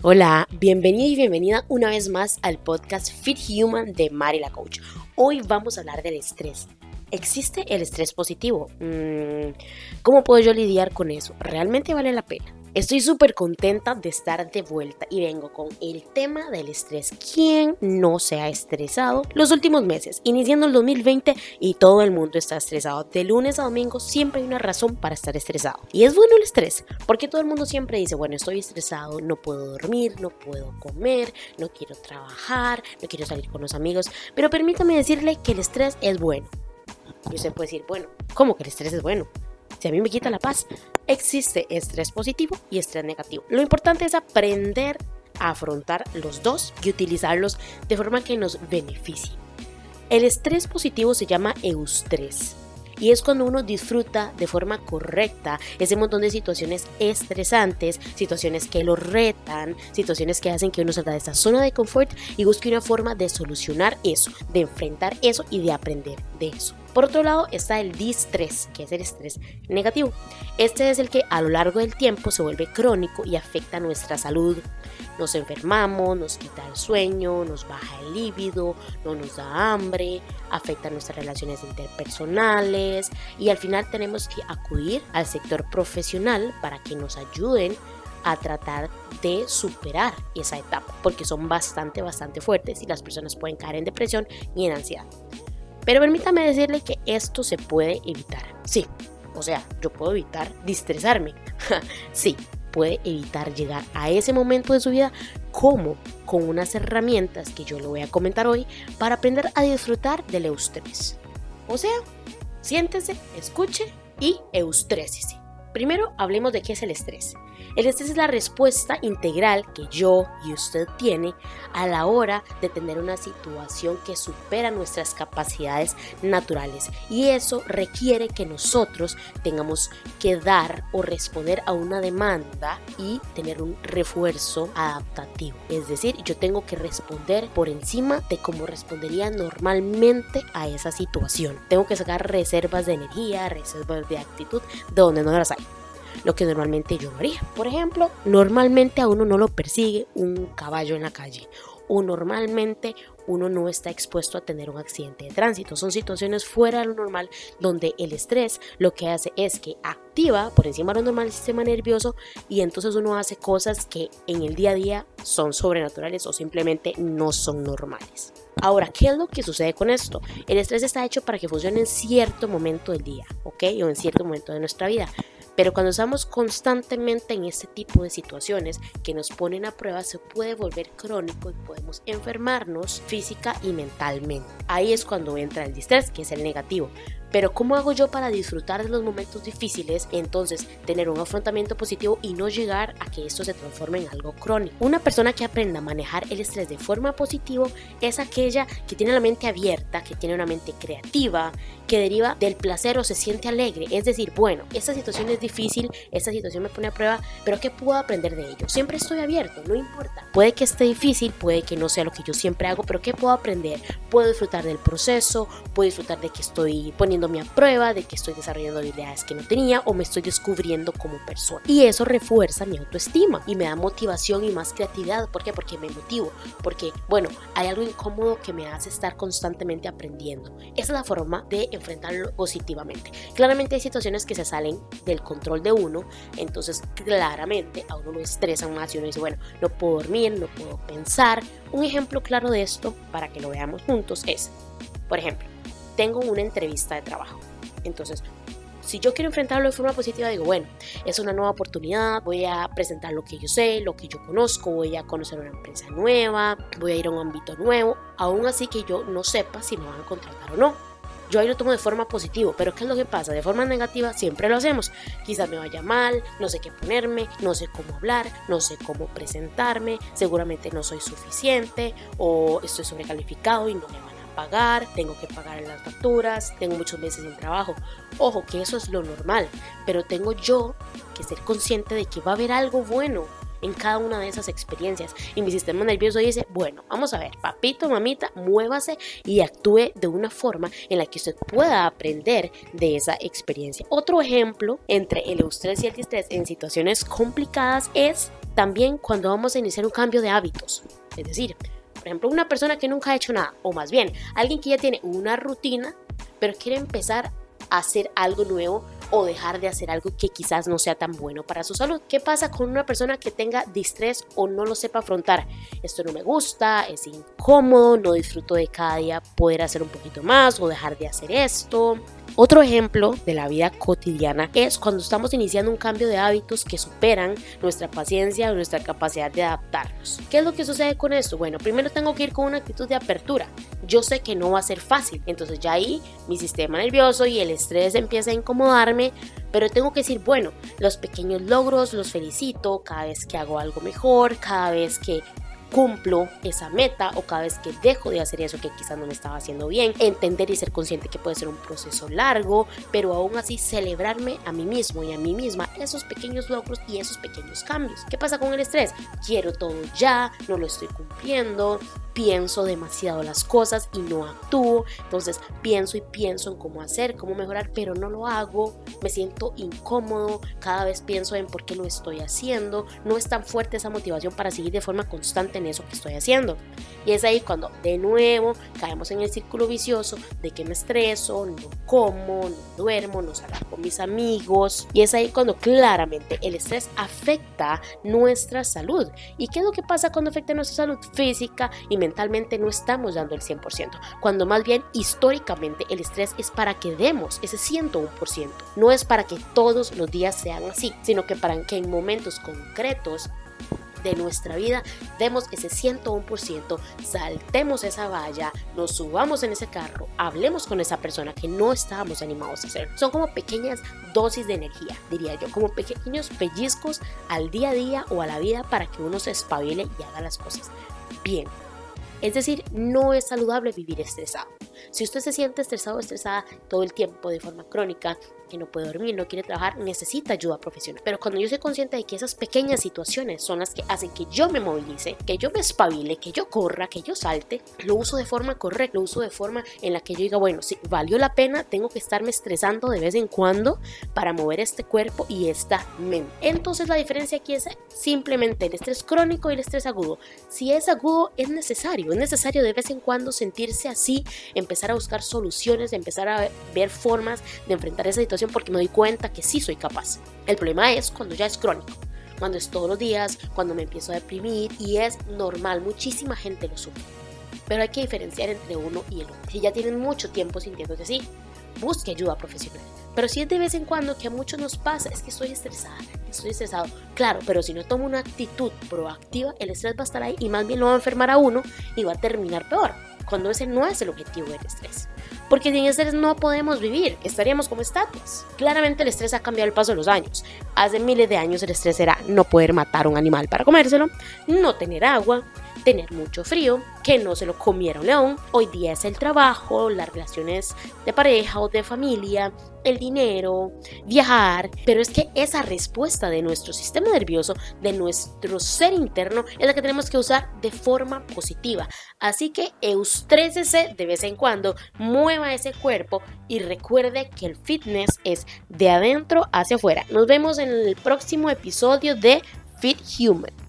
Hola, bienvenido y bienvenida una vez más al podcast Fit Human de Mari la Coach. Hoy vamos a hablar del estrés. ¿Existe el estrés positivo? ¿Cómo puedo yo lidiar con eso? ¿Realmente vale la pena? Estoy súper contenta de estar de vuelta y vengo con el tema del estrés. ¿Quién no se ha estresado los últimos meses? Iniciando el 2020 y todo el mundo está estresado. De lunes a domingo siempre hay una razón para estar estresado. Y es bueno el estrés, porque todo el mundo siempre dice, bueno, estoy estresado, no puedo dormir, no puedo comer, no quiero trabajar, no quiero salir con los amigos. Pero permítame decirle que el estrés es bueno. Y usted puede decir, bueno, ¿cómo que el estrés es bueno? Si a mí me quita la paz. Existe estrés positivo y estrés negativo. Lo importante es aprender a afrontar los dos y utilizarlos de forma que nos beneficie. El estrés positivo se llama eustrés y es cuando uno disfruta de forma correcta ese montón de situaciones estresantes, situaciones que lo retan, situaciones que hacen que uno salga de esa zona de confort y busque una forma de solucionar eso, de enfrentar eso y de aprender de eso. Por otro lado está el distrés, que es el estrés negativo. Este es el que a lo largo del tiempo se vuelve crónico y afecta nuestra salud. Nos enfermamos, nos quita el sueño, nos baja el líbido, no nos da hambre, afecta nuestras relaciones interpersonales y al final tenemos que acudir al sector profesional para que nos ayuden a tratar de superar esa etapa, porque son bastante fuertes y las personas pueden caer en depresión y en ansiedad. Pero permítame decirle que esto se puede evitar. Sí, o sea, yo puedo evitar distresarme. Sí, puede evitar llegar a ese momento de su vida. ¿Cómo? Con unas herramientas que yo le voy a comentar hoy para aprender a disfrutar del eustrés. O sea, siéntese, escuche y eustrésese. Primero hablemos de qué es el estrés. El estrés es la respuesta integral que yo y usted tiene a la hora de tener una situación que supera nuestras capacidades naturales y eso requiere que nosotros tengamos que dar o responder a una demanda y tener un refuerzo adaptativo. Es decir, yo tengo que responder por encima de cómo respondería normalmente a esa situación. Tengo que sacar reservas de energía, reservas de actitud de donde no las hay. Lo que normalmente yo no haría. Por ejemplo, normalmente a uno no lo persigue un caballo en la calle o normalmente uno no está expuesto a tener un accidente de tránsito. Son situaciones fuera de lo normal donde el estrés lo que hace es que activa por encima de lo normal el sistema nervioso y entonces uno hace cosas que en el día a día son sobrenaturales o simplemente no son normales. Ahora, ¿qué es lo que sucede con esto? El estrés está hecho para que funcione en cierto momento del día, ¿ok? O en cierto momento de nuestra vida. Pero cuando estamos constantemente en este tipo de situaciones que nos ponen a prueba, se puede volver crónico y podemos enfermarnos física y mentalmente. Ahí es cuando entra el distrés, que es el negativo. Pero ¿cómo hago yo para disfrutar de los momentos difíciles? Entonces, tener un afrontamiento positivo y no llegar a que esto se transforme en algo crónico. Una persona que aprenda a manejar el estrés de forma positiva es aquella que tiene la mente abierta, que tiene una mente creativa, que deriva del placer o se siente alegre. Es decir, bueno, esta situación es difícil, esta situación me pone a prueba, pero ¿qué puedo aprender de ello? Siempre estoy abierto, no importa. Puede que esté difícil, puede que no sea lo que yo siempre hago, pero ¿qué puedo aprender? Puedo disfrutar del proceso, puedo disfrutar de que estoy poniéndome a prueba, de que estoy desarrollando habilidades que no tenía o me estoy descubriendo como persona. Y eso refuerza mi autoestima y me da motivación y más creatividad. ¿Por qué? Porque me motivo, porque, bueno, hay algo incómodo que me hace estar constantemente aprendiendo. Esa es la forma de enfrentarlo positivamente. Claramente hay situaciones que se salen del control de uno, entonces claramente a uno lo estresan más y uno dice, bueno, no puedo dormir, no puedo pensar. Un ejemplo claro de esto, para que lo veamos juntos, es, por ejemplo, tengo una entrevista de trabajo. Entonces, si yo quiero enfrentarlo de forma positiva, digo, bueno, es una nueva oportunidad, voy a presentar lo que yo sé, lo que yo conozco, voy a conocer una empresa nueva, voy a ir a un ámbito nuevo, aún así que yo no sepa si me van a contratar o no. Yo ahí lo tomo de forma positiva, pero ¿qué es lo que pasa? De forma negativa siempre lo hacemos. Quizás me vaya mal, no sé qué ponerme, no sé cómo hablar, no sé cómo presentarme, seguramente no soy suficiente o estoy sobrecalificado y no me van a pagar, tengo que pagar las facturas, tengo muchos meses sin trabajo. Ojo, que eso es lo normal, pero tengo yo que ser consciente de que va a haber algo bueno en cada una de esas experiencias y mi sistema nervioso dice, bueno, vamos a ver, papito, mamita, muévase y actúe de una forma en la que usted pueda aprender de esa experiencia. Otro ejemplo entre el eustrés y el distrés en situaciones complicadas es también cuando vamos a iniciar un cambio de hábitos. Es decir, por ejemplo, una persona que nunca ha hecho nada, o más bien, alguien que ya tiene una rutina, pero quiere empezar a hacer algo nuevo o dejar de hacer algo que quizás no sea tan bueno para su salud. ¿Qué pasa con una persona que tenga distrés o no lo sepa afrontar? Esto no me gusta, es incómodo, no disfruto de cada día poder hacer un poquito más o dejar de hacer esto. Otro ejemplo de la vida cotidiana es cuando estamos iniciando un cambio de hábitos que superan nuestra paciencia o nuestra capacidad de adaptarnos. ¿Qué es lo que sucede con esto? Bueno, primero tengo que ir con una actitud de apertura. Yo sé que no va a ser fácil, entonces ya ahí mi sistema nervioso y el estrés empieza a incomodarme, pero tengo que decir, bueno, los pequeños logros los felicito cada vez que hago algo mejor, cada vez que cumplo esa meta o cada vez que dejo de hacer eso que quizás no me estaba haciendo bien. Entender y ser consciente que puede ser un proceso largo, pero aún así celebrarme a mí mismo y a mí misma esos pequeños logros y esos pequeños cambios. ¿Qué pasa con el estrés? Quiero todo ya, no lo estoy cumpliendo, pienso demasiado las cosas y no actúo, entonces pienso y pienso en cómo hacer, cómo mejorar, pero no lo hago, me siento incómodo, cada vez pienso en por qué lo estoy haciendo, no es tan fuerte esa motivación para seguir de forma constante en eso que estoy haciendo. Y es ahí cuando de nuevo caemos en el círculo vicioso de que me estreso, no como, no duermo, no salgo con mis amigos, y es ahí cuando claramente el estrés afecta nuestra salud. ¿Y qué es lo que pasa cuando afecta nuestra salud física y mentalmente? No estamos dando el 100%, cuando más bien históricamente el estrés es para que demos ese 101%, no es para que todos los días sean así, sino que para que en momentos concretos de nuestra vida demos ese 101%, saltemos esa valla, nos subamos en ese carro, hablemos con esa persona que no estábamos animados a hacer. Son como pequeñas dosis de energía, diría yo, como pequeños pellizcos al día a día o a la vida para que uno se espabile y haga las cosas bien. Es decir, no es saludable vivir estresado. Si usted se siente estresado o estresada todo el tiempo de forma crónica, que no puede dormir, no quiere trabajar, necesita ayuda profesional. Pero cuando yo soy consciente de que esas pequeñas situaciones son las que hacen que yo me movilice, que yo me espabile, que yo corra, que yo salte, lo uso de forma correcta, lo uso de forma en la que yo diga, bueno, si valió la pena, tengo que estarme estresando de vez en cuando para mover este cuerpo y esta mente. Entonces la diferencia aquí es simplemente el estrés crónico y el estrés agudo. Si es agudo, es necesario de vez en cuando sentirse así, empezar a buscar soluciones, empezar a ver formas de enfrentar esa situación, porque me doy cuenta que sí soy capaz. El problema es cuando ya es crónico, cuando es todos los días, cuando me empiezo a deprimir, y es normal, muchísima gente lo sufre. Pero hay que diferenciar entre uno y el otro. Si ya tienen mucho tiempo sintiéndose así, busque ayuda profesional. Pero si es de vez en cuando, que a muchos nos pasa, es que estoy estresada, estoy estresado. Claro, pero si no tomo una actitud proactiva, el estrés va a estar ahí y más bien lo va a enfermar a uno y va a terminar peor, cuando ese no es el objetivo del estrés. Porque sin estrés no podemos vivir, estaríamos como estatuas. Claramente el estrés ha cambiado el paso de los años. Hace miles de años el estrés era no poder matar a un animal para comérselo, no tener agua, tener mucho frío, que no se lo comiera un león. Hoy día es el trabajo, las relaciones de pareja o de familia, el dinero, viajar. Pero es que esa respuesta de nuestro sistema nervioso, de nuestro ser interno, es la que tenemos que usar de forma positiva. Así que eustrésese de vez en cuando, mueva ese cuerpo y recuerde que el fitness es de adentro hacia afuera. Nos vemos en el próximo episodio de Fit Human.